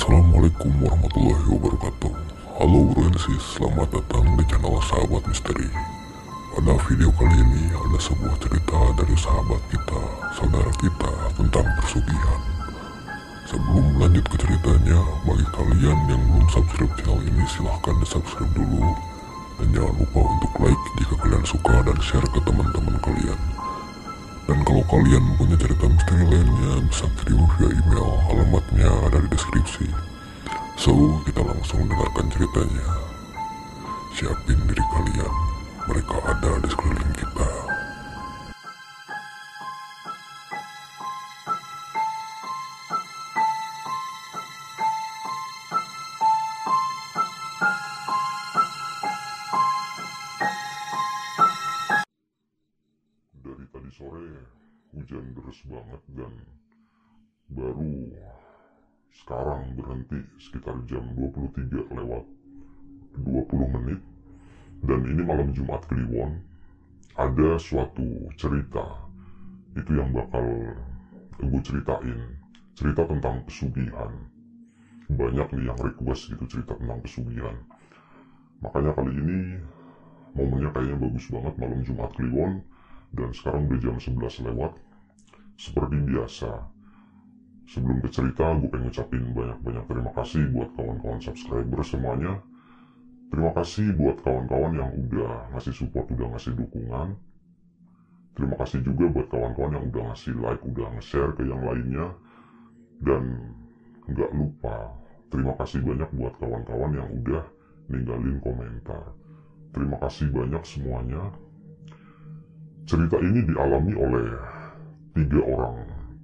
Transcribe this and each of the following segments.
Assalamualaikum warahmatullahi wabarakatuh. Halo Bro, selamat datang di channel Sahabat Misteri. Pada video kali ini ada sebuah cerita dari sahabat kita, saudara kita tentang pesugihan. Sebelum lanjut ke ceritanya, bagi kalian yang belum subscribe channel ini silahkan di subscribe dulu. Dan jangan lupa untuk like jika kalian suka dan share ke teman-teman kalian. Dan kalau kalian punya cerita misteri lainnya bisa kirim via email, alamatnya ada di deskripsi. So, kita langsung dengarkan ceritanya. Siapin diri kalian, mereka ada di sekeliling kita. Dari tadi sore hujan deras banget dan baru sekarang berhenti sekitar jam 23 lewat 20 menit. Dan ini malam Jumat Kliwon. Ada suatu cerita itu yang bakal gue ceritain, cerita tentang pesugihan. Banyak nih yang request gitu cerita tentang pesugihan, makanya kali ini momennya kayaknya bagus banget, malam Jumat Kliwon. Dan sekarang udah jam 11 lewat. Seperti biasa, sebelum ke cerita, gue pengen ngucapin banyak-banyak terima kasih buat kawan-kawan subscriber semuanya. Terima kasih buat kawan-kawan yang udah ngasih support, udah ngasih dukungan. Terima kasih juga buat kawan-kawan yang udah ngasih like, udah nge-share ke yang lainnya. Dan nggak lupa, terima kasih banyak buat kawan-kawan yang udah ninggalin komentar. Terima kasih banyak semuanya. Cerita ini dialami oleh 3 orang,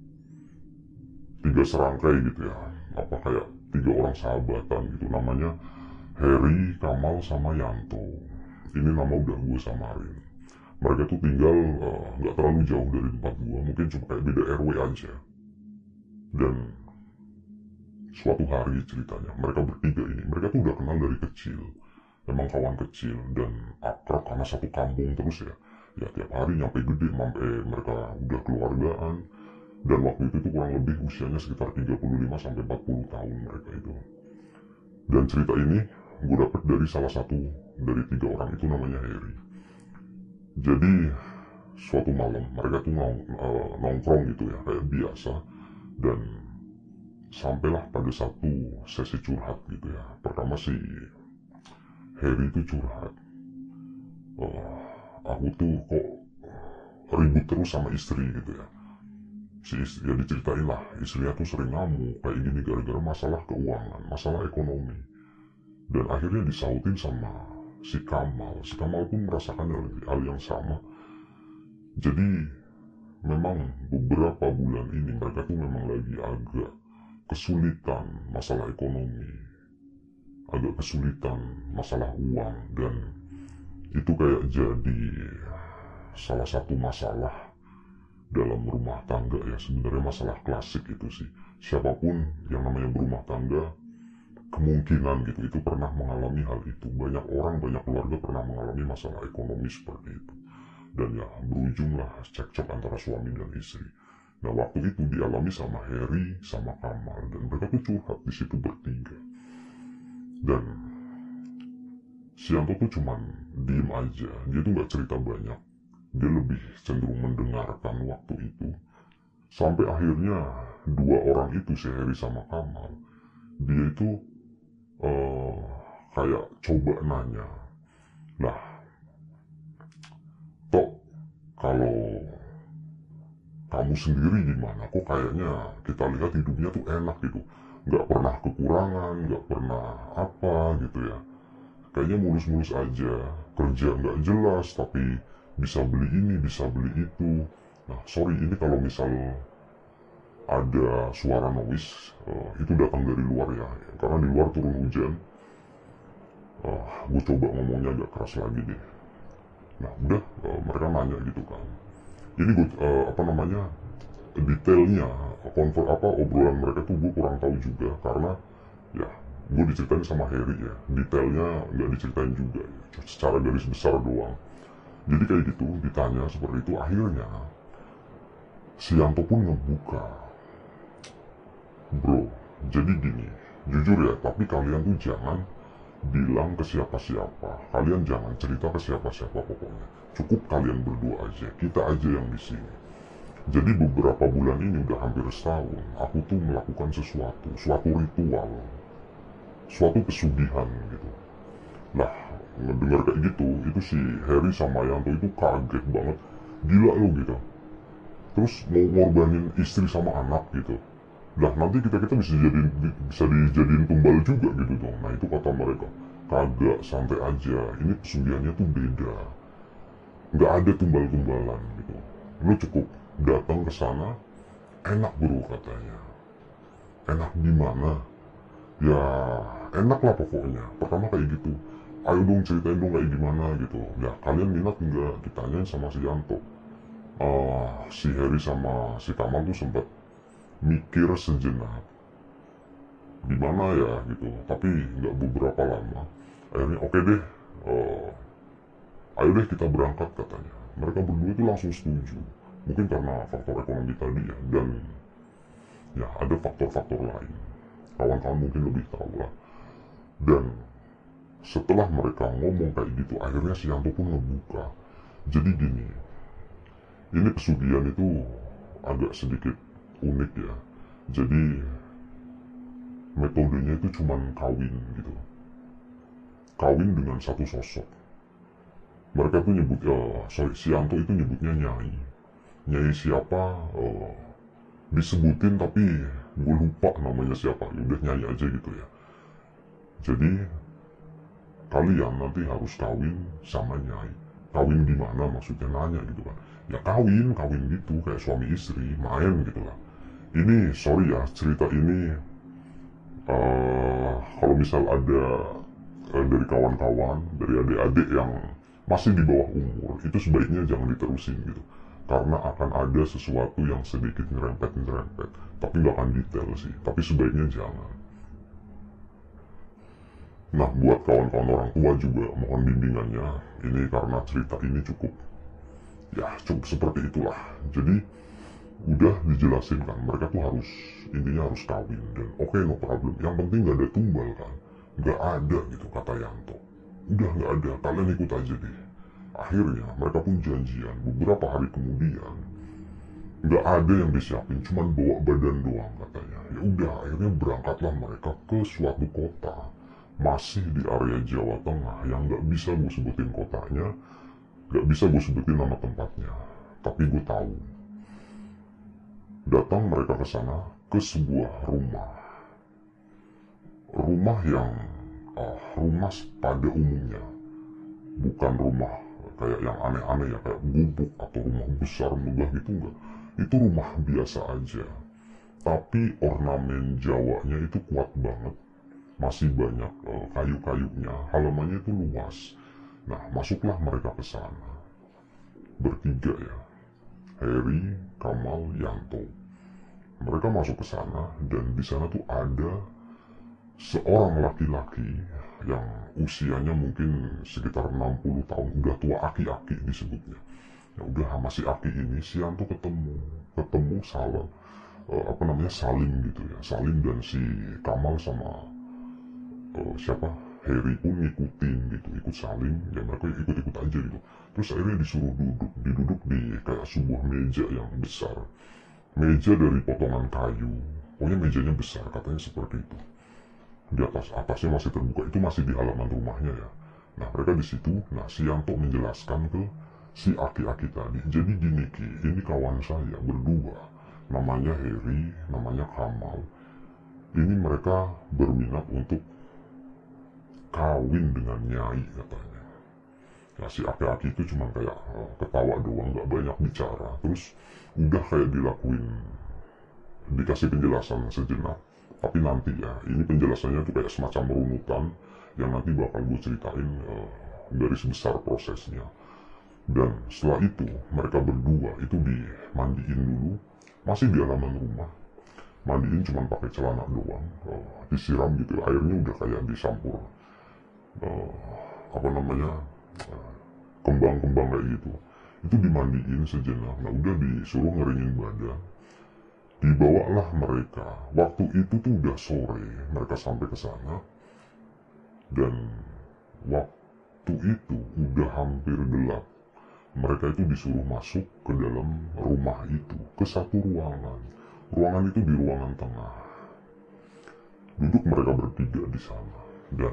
3 serangkai gitu ya, apa kayak 3 orang sahabatan gitu, namanya Heri, Kamal, sama Yanto. Ini nama udah gue samarin. Mereka tuh tinggal gak terlalu jauh dari tempat gue, mungkin cuma kayak beda RW aja. Dan suatu hari ceritanya, mereka bertiga ini, mereka tuh udah kenal dari kecil. Emang kawan kecil dan akrab karena satu kampung terus ya. Ya tiap hari nyampe gede, sampai mereka udah keluargaan. Dan waktu itu tuh kurang lebih usianya sekitar 35-40 tahun mereka itu. Dan cerita ini gue dapet dari salah satu dari 3 orang itu, namanya Heri. Jadi suatu malam mereka tuh nongkrong gitu ya kayak biasa. Dan sampailah pada satu sesi curhat gitu ya. Pertama si Heri itu curhat, aku tuh kok ribut terus sama istri gitu ya. Ya diceritain lah, istrinya tuh sering ngamuk kayak gini gara-gara masalah keuangan, masalah ekonomi. Dan akhirnya disautin sama si Kamal. Si Kamal pun merasakan hal yang sama. Jadi memang beberapa bulan ini mereka tuh memang lagi agak kesulitan masalah ekonomi, agak kesulitan masalah uang. Dan itu kayak jadi salah satu masalah dalam rumah tangga ya. Sebenarnya masalah klasik itu sih. Siapapun yang namanya berumah tangga kemungkinan gitu itu pernah mengalami hal itu. Banyak orang, banyak keluarga pernah mengalami masalah ekonomi seperti itu. Dan ya berujunglah cekcok antara suami dan istri. Nah waktu itu dialami sama Heri sama Kamal, dan mereka tuh curhat di situ bertiga. Dan si Yanto tuh cuman diem aja, dia tuh nggak cerita banyak. Dia lebih cenderung mendengarkan waktu itu. Sampai akhirnya 2 orang itu, si Heri sama Kamal, dia itu kayak coba nanya, nah Tok, kalau kamu sendiri gimana? Kok kayaknya kita lihat hidupnya tuh enak gitu, nggak pernah kekurangan, nggak pernah apa gitu ya. Kayaknya mulus-mulus aja, kerja nggak jelas tapi bisa beli ini, bisa beli itu. Nah sorry, ini kalau misal ada suara noise, itu datang dari luar ya, karena di luar turun hujan. Gue coba ngomongnya agak keras lagi deh. Nah udah, mereka nanya gitu kan. Ini gue detailnya obrolan mereka tuh gue kurang tahu juga, karena ya gue diceritain sama Heri ya, detailnya nggak diceritain juga ya, secara garis besar doang. Jadi kayak gitu, ditanya seperti itu. Akhirnya si Yanto pun ngebuka, bro, jadi gini, jujur ya, tapi kalian tuh jangan bilang ke siapa-siapa, kalian jangan cerita ke siapa-siapa pokoknya. Cukup kalian berdua aja, kita aja yang di sini. Jadi beberapa bulan ini udah hampir setahun, aku tuh melakukan suatu ritual, suatu pesugihan gitu. Nah, ngedengar kayak gitu, itu si Harry sama Yanto itu kaget banget. Gila lo gitu. Terus mau ngorbanin istri sama anak gitu. Lah nanti kita bisa dijadiin tumbal juga gitu dong. Nah itu kata mereka, kagak, santai aja. Ini pesugihannya tuh beda. Nggak ada tumbal-tumbalan gitu. Lu cukup datang ke sana, enak bro katanya. Enak di mana? Ya enak lah pokoknya. Pertama kayak gitu. Ayo dong ceritain dong kayak gimana gitu. Ya kalian minat nggak? Ditanyain sama si Yanto. Si Harry sama si Kamal tuh sempat mikir sejenak gimana ya gitu, tapi nggak beberapa lama akhirnya oke deh, ayo deh kita berangkat katanya. Mereka berdua itu langsung setuju, mungkin karena faktor ekonomi tadi ya, dan ya ada faktor-faktor lain, kawan-kawan mungkin lebih tahu lah. Dan setelah mereka ngomong kayak gitu, akhirnya si Yanto pun ngebuka. Jadi gini, ini pesugihan itu agak sedikit unik ya. Jadi metodenya itu cuman kawin gitu. Kawin dengan satu sosok. Mereka tuh nyebut, si Yanto itu nyebutnya Nyai. Nyai siapa? Disebutin tapi gue lupa namanya siapa. Ya udah Nyai aja gitu ya. Jadi kalian nanti harus kawin sama Nyai. Kawin gimana maksudnya, nanya gitu kan. Ya kawin gitu kayak suami istri, main gitu lah. Ini sorry ya, cerita ini kalau misal ada dari kawan-kawan, dari adik-adik yang masih di bawah umur, itu sebaiknya jangan diterusin gitu. Karena akan ada sesuatu yang sedikit nyerempet. Tapi nggak akan detail sih, tapi sebaiknya jangan. Nah, buat kawan-kawan orang tua juga mohon bimbingannya. Ini karena cerita ini cukup seperti itulah. Jadi udah dijelasin kan, mereka tuh intinya harus kawin, dan oke, no problem, yang penting gak ada tumbal kan. Gak ada gitu kata Yanto. Udah gak ada, kalian ikut aja deh. Akhirnya mereka pun janjian. Beberapa hari kemudian gak ada yang disiapin, cuman bawa badan doang katanya. Ya udah, akhirnya berangkatlah mereka ke suatu kota, masih di area Jawa Tengah, yang gak bisa gue sebutin kotanya, gak bisa gue sebutin nama tempatnya, tapi gue tahu. Datang mereka ke sana, ke sebuah rumah yang rumah pada umumnya, bukan rumah kayak yang aneh-aneh ya, kayak gubuk atau rumah besar megah gitu, enggak. Itu rumah biasa aja, tapi ornamen Jawanya itu kuat banget, masih banyak kayu-kayunya, halamannya itu luas. Nah, masuklah mereka ke sana bertiga ya, Harry, Kamal, Yanto. Mereka masuk ke sana, dan di sana tuh ada seorang laki-laki yang usianya mungkin sekitar 60 tahun, udah tua aki-aki disebutnya. Ya udah, masih aki ini si Yanto ketemu Salim gitu ya. Salim dan si Kamal sama Harry pun ngikutin gitu, ikut Salim, ya mereka ikut-ikut aja gitu. Terus akhirnya disuruh duduk di kayak sebuah meja yang besar. Meja dari potongan kayu, pokoknya mejanya besar, katanya seperti itu. Di atasnya masih terbuka, itu masih di halaman rumahnya ya. Nah, mereka di situ. Nah, si Yanto menjelaskan ke si aki-aki tadi, jadi gini Ki, ini kawan saya berdua, namanya Harry, namanya Kamal. Ini mereka berminat untuk kawin dengan Nyai katanya. Nah, si aki-aki itu cuma kayak ketawa doang, gak banyak bicara. Terus udah kayak dikasih penjelasan sejenak. Tapi nanti ya, ini penjelasannya tuh kayak semacam runutan yang nanti bakal gue ceritain garis besar prosesnya. Dan setelah itu mereka berdua itu dimandiin dulu, masih di halaman rumah. Mandiin cuma pakai celana doang, disiram gitu, airnya udah kayak disampur kembang-kembang kayak gitu. Itu dimandiin sejenak. Nah, udah disuruh ngeringin badan. Dibawalah mereka. Waktu itu tuh udah sore, mereka sampai ke sana. Dan waktu itu udah hampir gelap. Mereka itu disuruh masuk ke dalam rumah itu, ke satu ruangan. Ruangan itu di ruangan tengah. Duduk mereka bertiga di sana. Dan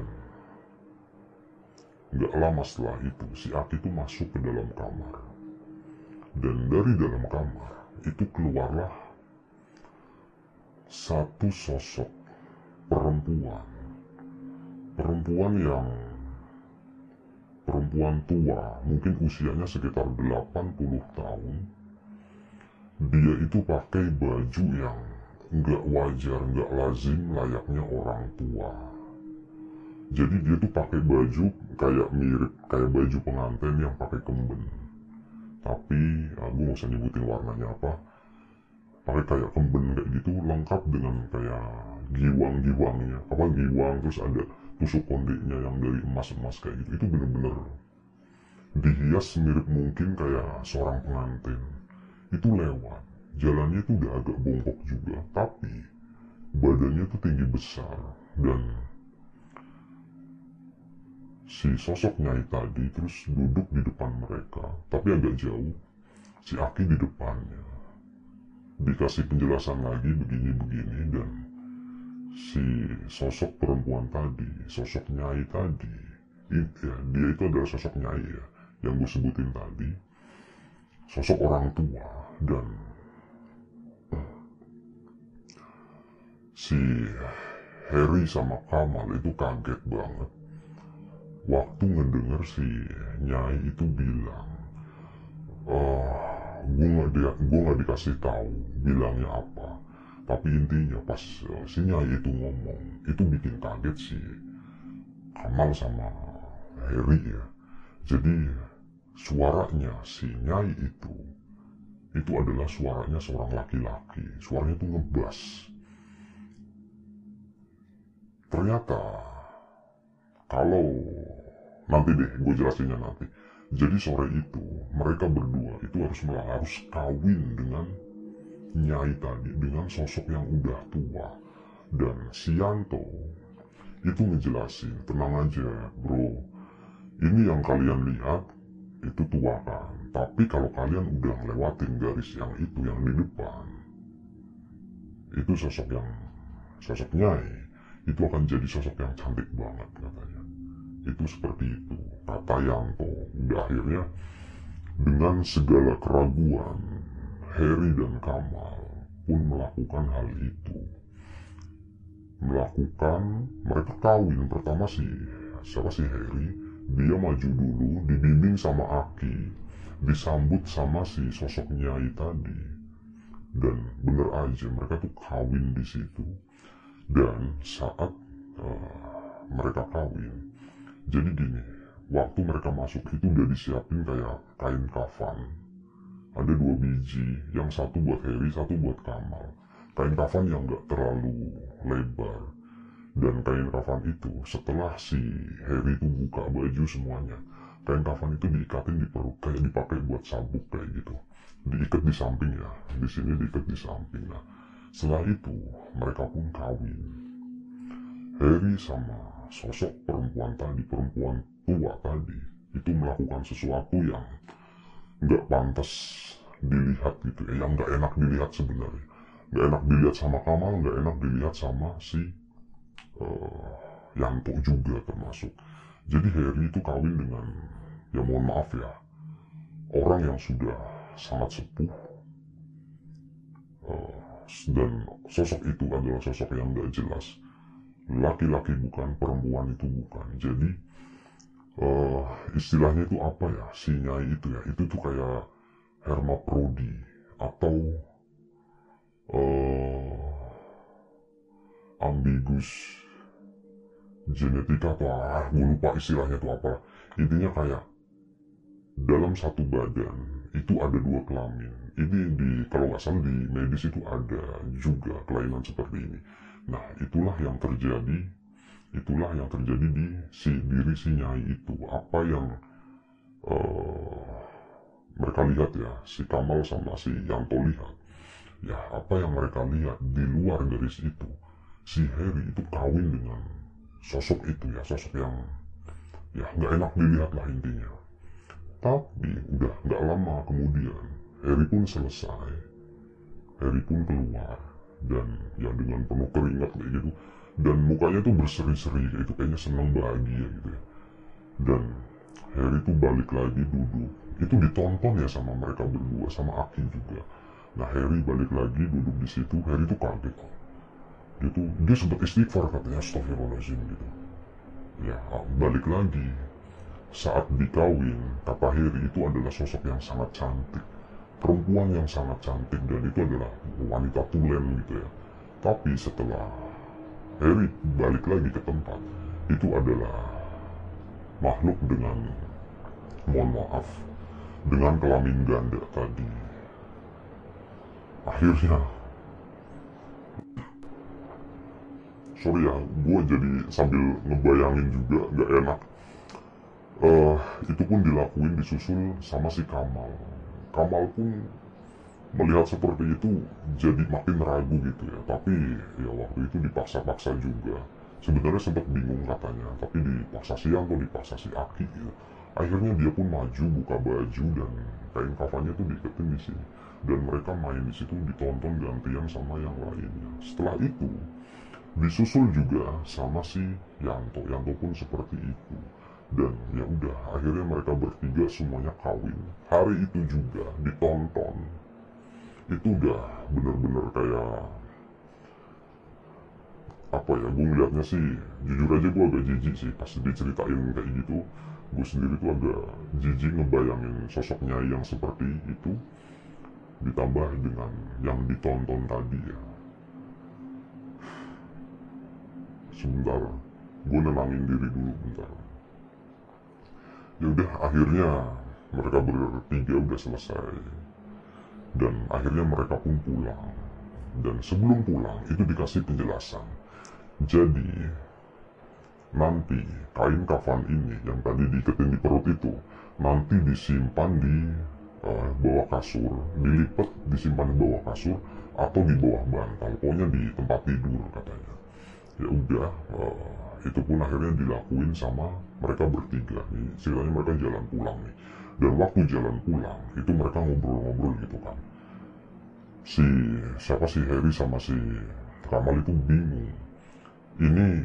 gak lama setelah itu, si Aki itu masuk ke dalam kamar. Dan dari dalam kamar, itu keluarlah satu sosok perempuan. Perempuan tua, mungkin usianya sekitar 80 tahun. Dia itu pakai baju yang nggak wajar, nggak lazim layaknya orang tua. Jadi dia tuh pakai baju kayak mirip kayak baju pengantin yang pakai kemben. Tapi gue nggak usah nyebutin warnanya apa. Pakai kayak kemben kayak gitu, lengkap dengan kayak giwang-giwangnya. Apa giwang, terus ada tusuk kondeknya yang dari emas-emas kayak gitu. Itu bener-bener dihias mirip mungkin kayak seorang pengantin. Itu lewat. Jalannya tuh udah agak bongkok juga, tapi badannya tuh tinggi besar. Dan si sosok Nyai tadi terus duduk di depan mereka, tapi agak jauh. Si Aki di depannya. Dikasih penjelasan lagi begini-begini, dan si sosok perempuan tadi, sosok Nyai tadi, ya, dia itu adalah sosok Nyai ya, yang gue sebutin tadi, sosok orang tua. Dan si Harry sama Kamal itu kaget banget waktu ngedenger si Nyai itu bilang, gue gak dikasih tahu bilangnya apa, tapi intinya pas si Nyai itu ngomong, itu bikin kaget si Kamal sama Harry ya. Jadi suaranya si Nyai itu adalah suaranya seorang laki-laki. Suaranya itu ngebas. Ternyata kalau nanti deh gue jelasinnya nanti. Jadi sore itu mereka berdua itu harus kawin dengan Nyai tadi, dengan sosok yang udah tua. Dan si Yanto itu ngejelasin, tenang aja bro, ini yang kalian lihat itu tua kan, tapi kalau kalian udah ngelewatin garis yang itu yang di depan, itu sosok Nyai itu akan jadi sosok yang cantik banget katanya. Itu seperti itu kata Yanto. Udah akhirnya dengan segala keraguan, Harry dan Kamal pun melakukan hal itu. Mereka kawin. Pertama siapa sih Harry, dia maju dulu, dibimbing sama Aki, disambut sama si sosok Nyai tadi. Dan bener aja mereka tuh kawin di situ. Dan saat mereka kawin, jadi gini, waktu mereka masuk itu udah disiapin kayak kain kafan. Ada 2 biji, yang satu buat Harry, satu buat Kamal. Kain kafan yang gak terlalu lebar. Dan kain kafan itu setelah si Harry itu buka baju semuanya, kain kafan itu diikatin di perut, kayak dipakai buat sabuk kayak gitu. Diikat di samping ya, di sini diikat di samping. Nah, setelah itu mereka pun kawin. Harry sama sosok perempuan tua tadi itu melakukan sesuatu yang nggak pantas dilihat gitu ya, yang nggak enak dilihat sebenarnya. Nggak enak dilihat sama Kamal, nggak enak dilihat sama si Yanto juga termasuk. Jadi Harry itu kawin dengan, ya mohon maaf ya, orang yang sudah sangat sepuh. Dan sosok itu adalah sosok yang nggak jelas. Laki-laki bukan, perempuan itu bukan. Jadi istilahnya itu apa ya, si Nyai itu ya, itu tuh kayak hermaprodi atau ambigus genetika atau gue lupa istilahnya itu apa. Intinya kayak dalam satu badan itu ada 2 kelamin. Ini kalau nggak salah di medis itu ada juga kelainan seperti ini. Nah, itulah yang terjadi di diri si Nyai itu. Apa yang mereka lihat ya, si Kamal sama si Yanto lihat, Ya apa yang mereka lihat di luar garis itu, si Harry itu kawin dengan sosok itu ya, sosok yang ya nggak enak dilihat lah intinya. Tapi udah nggak lama kemudian Harry pun selesai, Harry pun keluar, dan ya dengan penuh keringat kayak gitu, dan mukanya tuh berseri-seri kayak itu, kayaknya seneng bahagia gitu ya. Dan Harry tuh balik lagi duduk, itu ditonton ya sama mereka berdua, sama Aki juga. Nah Harry balik lagi duduk di situ, Harry tuh kaget. Dia sempat istighfar katanya, astagfirullahaladzim gitu. Ya balik lagi, saat dikawin, kata Harry itu adalah sosok yang sangat cantik, perempuan yang sangat cantik, dan itu adalah wanita tulen gitu ya. Tapi setelah Harry balik lagi ke tempat, itu adalah makhluk dengan, mohon maaf, dengan kelamin ganda tadi. Akhirnya, sorry ya, gue jadi sambil ngebayangin juga gak enak. Itu pun dilakuin, disusul sama si Kamal. Kamal pun melihat seperti itu jadi makin ragu gitu ya. Tapi ya waktu itu dipaksa-paksa juga. Sebenarnya sempat bingung katanya, tapi dipaksa si Yanto, dipaksa si Aki gitu. Akhirnya dia pun maju, buka baju, dan kain kafannya tuh diiketin di sini. Dan mereka main di situ, ditonton gantian sama yang lainnya. Setelah itu disusul juga sama si Yanto. Yanto pun seperti itu. Dan ya udah, akhirnya mereka bertiga semuanya kawin. Hari itu juga ditonton. Itu udah bener-bener kayak apa ya, gue ngeliatnya sih jujur aja gue agak jijik sih pas diceritain kayak gitu. Gue sendiri tuh agak jijik ngebayangin sosoknya yang seperti itu ditambah dengan yang ditonton tadi ya. Sebentar, gue nenangin diri dulu bentar. Ya udah, akhirnya mereka bertiga udah selesai, dan akhirnya mereka pun pulang. Dan sebelum pulang itu dikasih penjelasan. Jadi nanti kain kafan ini yang tadi diiketin di perut itu nanti disimpan di bawah kasur, dilipat disimpan di bawah kasur atau di bawah bantal, pokoknya di tempat tidur katanya. Ya udah, itu pun akhirnya dilakuin sama mereka bertiga nih. Ceritanya mereka jalan pulang nih, dan waktu jalan pulang itu mereka ngobrol-ngobrol gitu kan. Si Harry sama si Kamal itu bingung, ini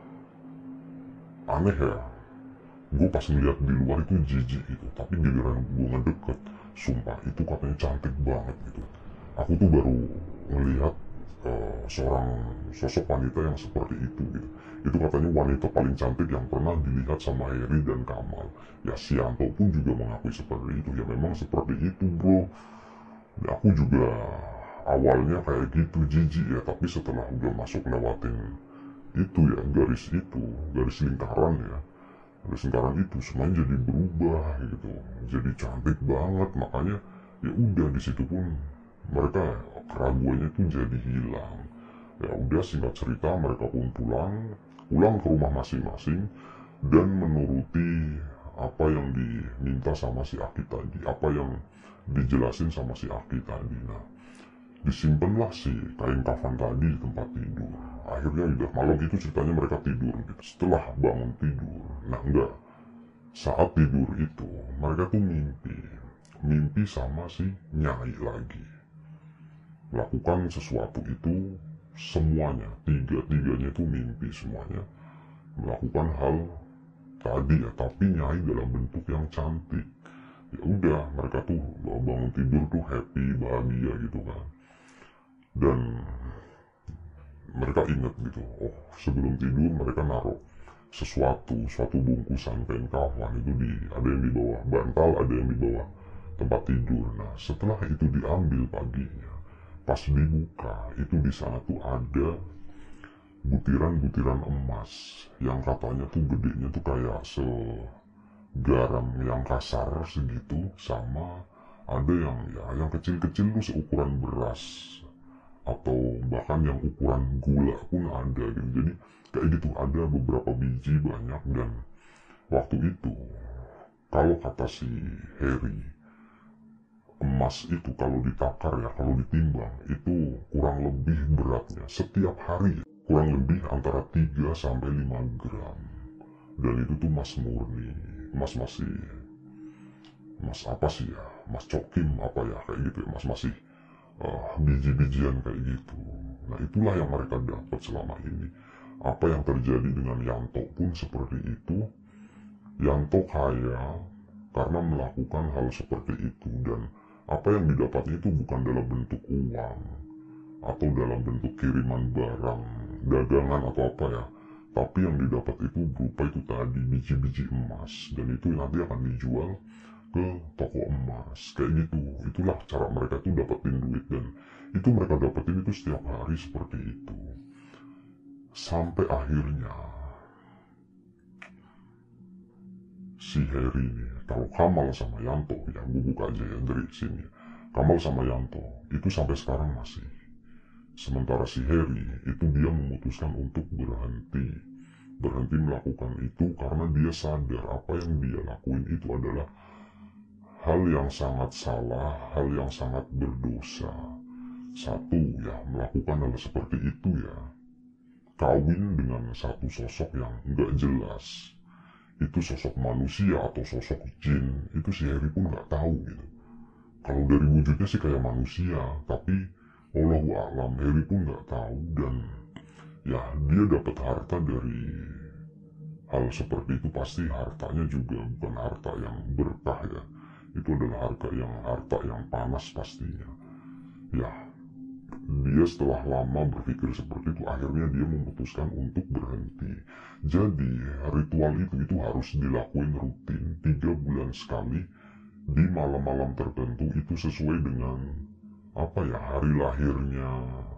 aneh ya, gue pas ngeliat di luar itu jijik gitu, tapi giliran gue ngedeket, sumpah itu katanya cantik banget gitu. Aku tuh baru ngelihat seorang sosok wanita yang seperti itu gitu. Itu katanya wanita paling cantik yang pernah dilihat sama Harry dan Kamal. Ya si Yanto pun juga mengakui seperti itu. Ya memang seperti itu bro. Ya, aku juga awalnya kayak gitu jijik ya, tapi setelah udah masuk lewatin itu ya, garis lingkaran ya, garis lingkaran itu semuanya jadi berubah gitu, jadi cantik banget. Makanya ya udah, di situ pun mereka keraguannya tuh jadi hilang. Ya udah, singkat cerita mereka pun pulang ke rumah masing-masing dan menuruti apa yang diminta sama si Aki tadi, apa yang dijelasin sama si Aki tadi. Nah, disimpanlah si kain kafan tadi di tempat tidur. Akhirnya udah malam itu ceritanya mereka tidur gitu. Setelah bangun tidur, nah enggak, saat tidur itu mereka tuh mimpi sama si Nyai lagi. Lakukan sesuatu itu semuanya, tiga-tiganya itu mimpi semuanya melakukan hal tadi ya, tapi Nyai dalam bentuk yang cantik. Ya udah, mereka tuh bangun tidur tuh happy, bahagia gitu kan. Dan mereka ingat gitu, oh sebelum tidur mereka naruh suatu bungkusan kain kafan itu ada yang di bawah bantal, ada yang di bawah tempat tidur. Nah setelah itu diambil paginya, pas dibuka itu di sana tuh ada butiran-butiran emas yang katanya tuh gedenya tuh kayak segaram yang kasar segitu, sama ada yang kecil-kecil tuh seukuran beras, atau bahkan yang ukuran gula pun ada gitu. Jadi kayak gitu, ada beberapa biji banyak. Dan waktu itu kalau kata si Harry, emas itu kalau ditakar ya, kalau ditimbang itu kurang lebih beratnya setiap hari kurang lebih antara 3 sampai 5 gram. Dan itu tuh emas murni, emas masih, emas apa sih ya, emas cokim apa ya kayak gitu ya, emas masih biji-bijian kayak gitu. Nah itulah yang mereka dapat selama ini. Apa yang terjadi dengan Yanto pun seperti itu. Yanto kaya karena melakukan hal seperti itu, dan apa yang didapatnya itu bukan dalam bentuk uang atau dalam bentuk kiriman barang dagangan atau apa ya, tapi yang didapat itu berupa itu tadi biji-biji emas, dan itu nanti akan dijual ke toko emas kayak gitu. Itulah cara mereka tuh dapetin duit, dan itu mereka dapetin itu setiap hari seperti itu sampai akhirnya si Harry nih, kalau Kamal sama Yanto ya, gue buka aja ya dari sini, Kamal sama Yanto itu sampai sekarang masih. Sementara si Harry itu dia memutuskan untuk berhenti melakukan itu karena dia sadar apa yang dia lakuin itu adalah hal yang sangat salah, hal yang sangat berdosa. Satu ya, melakukan hal seperti itu ya, kawin dengan satu sosok yang nggak jelas, itu sosok manusia atau sosok jin, itu si Harry pun nggak tahu gitu. Kalau dari wujudnya sih kayak manusia, tapi Allahu a'lam, Harry pun nggak tahu. Dan ya dia dapat harta dari hal seperti itu, pasti hartanya juga bukan harta yang berkah ya, itu adalah harta yang panas pastinya. Ya dia setelah lama berpikir seperti itu, akhirnya dia memutuskan untuk berhenti. Jadi ritual itu harus dilakuin rutin 3 bulan sekali di malam-malam tertentu, itu sesuai dengan apa ya, hari lahirnya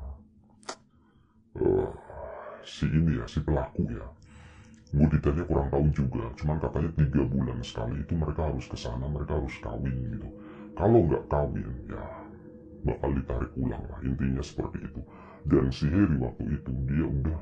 si ini ya, si pelaku ya. Gue detailnya kurang tahu juga, cuman katanya 3 bulan sekali itu mereka harus kesana, mereka harus kawin gitu. Kalau nggak kawin ya bakal ditarik ulang lah, intinya seperti itu. Dan si Harry waktu itu dia udah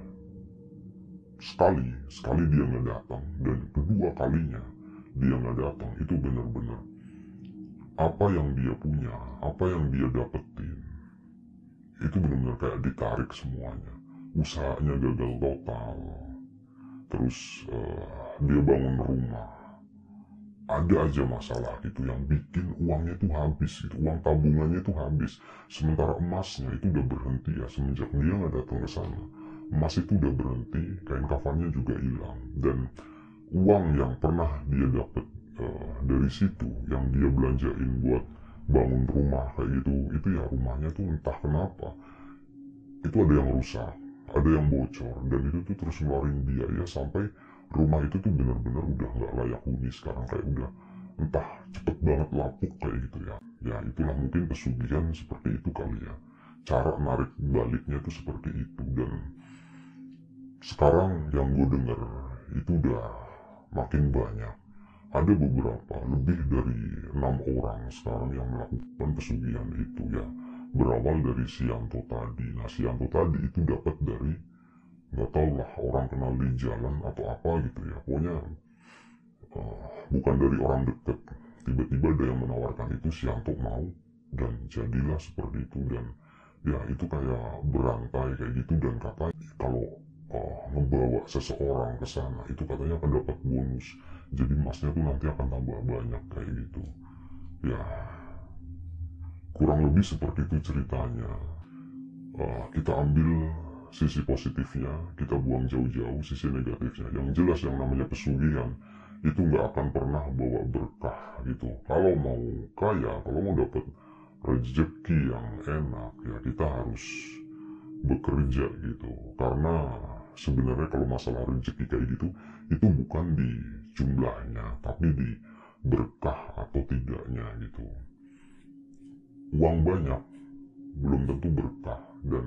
sekali dia nggak datang, dan kedua kalinya dia nggak datang, itu benar-benar apa yang dia punya, apa yang dia dapetin itu benar-benar kayak ditarik semuanya. Usahanya gagal total, terus dia bangun rumah, ada aja masalah gitu yang bikin uangnya tuh habis gitu, uang tabungannya tuh habis. Sementara emasnya itu udah berhenti ya, semenjak dia nggak datang ke sana emas itu udah berhenti, kain kafannya juga hilang, dan uang yang pernah dia dapat dari situ yang dia belanjain buat bangun rumah kayak gitu, itu ya rumahnya tuh entah kenapa itu ada yang rusak, ada yang bocor, dan itu tuh terus ngeluarin biaya sampai rumah itu tuh benar-benar udah nggak layak huni sekarang, kayak udah entah cepet banget lapuk kayak gitu ya. Ya itulah mungkin pesugihan seperti itu kali ya, cara narik baliknya tuh seperti itu. Dan sekarang yang gue denger itu udah makin banyak, ada beberapa lebih dari 6 orang sekarang yang melakukan pesugihan itu ya, berawal dari si Yanto tadi. Nah si Yanto tadi itu dapat dari nggak tau lah, orang kenal di jalan atau apa gitu ya, pokoknya bukan dari orang deket. Tiba-tiba ada yang menawarkan itu, si Yanto mau, dan jadilah seperti itu. Dan ya itu kayak berantai kayak gitu, dan katanya kalau ngebawa seseorang ke sana itu katanya akan dapat bonus, jadi emasnya tuh nanti akan tambah banyak kayak gitu ya. Kurang lebih seperti itu ceritanya. Kita ambil sisi positifnya, kita buang jauh-jauh sisi negatifnya. Yang jelas yang namanya pesugihan itu nggak akan pernah bawa berkah gitu. Kalau mau kaya, kalau mau dapat rezeki yang enak ya kita harus bekerja gitu. Karena sebenarnya kalau masalah rezeki kayak gitu itu bukan di jumlahnya, tapi di berkah atau tidaknya gitu. Uang banyak belum tentu berkah, dan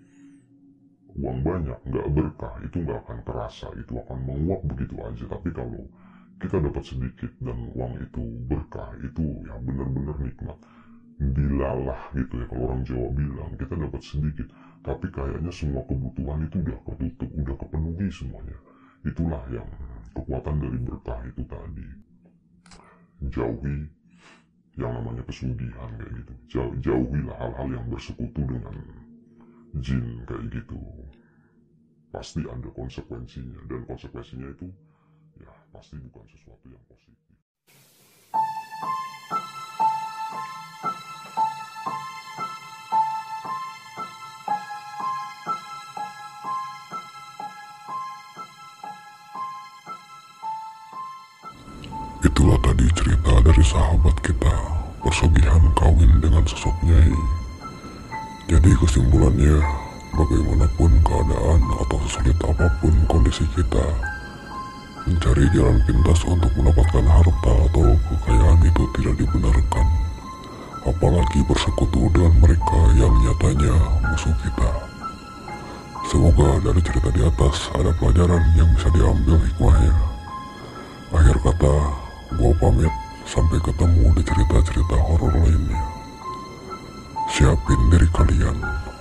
uang banyak nggak berkah itu nggak akan terasa, itu akan menguap begitu aja. Tapi kalau kita dapat sedikit dan uang itu berkah, itu ya benar-benar nikmat, dilalah gitu ya, kalau orang Jawa bilang. Kita dapat sedikit tapi kayaknya semua kebutuhan itu udah ketutup, udah kepenuhi semuanya. Itulah yang kekuatan dari berkah itu tadi. Jauhi yang namanya pesugihan kayak gitu. Jauhilah hal-hal yang bersekutu dengan jin kayak gitu. Pasti ada konsekuensinya, dan konsekuensinya itu ya pasti bukan sesuatu yang positif. Itulah tadi cerita dari sahabat kita, pesugihan kawin dengan sosok Nyai. Jadi kesimpulannya, bagaimanapun keadaan atau sesulit apapun kondisi kita, mencari jalan pintas untuk mendapatkan harta atau kekayaan itu tidak dibenarkan. Apalagi bersekutu dengan mereka yang nyatanya musuh kita. Semoga dari cerita di atas ada pelajaran yang bisa diambil hikmahnya. Akhir kata, gua pamit, sampai ketemu di cerita-cerita horor lainnya. Siapin diri kalian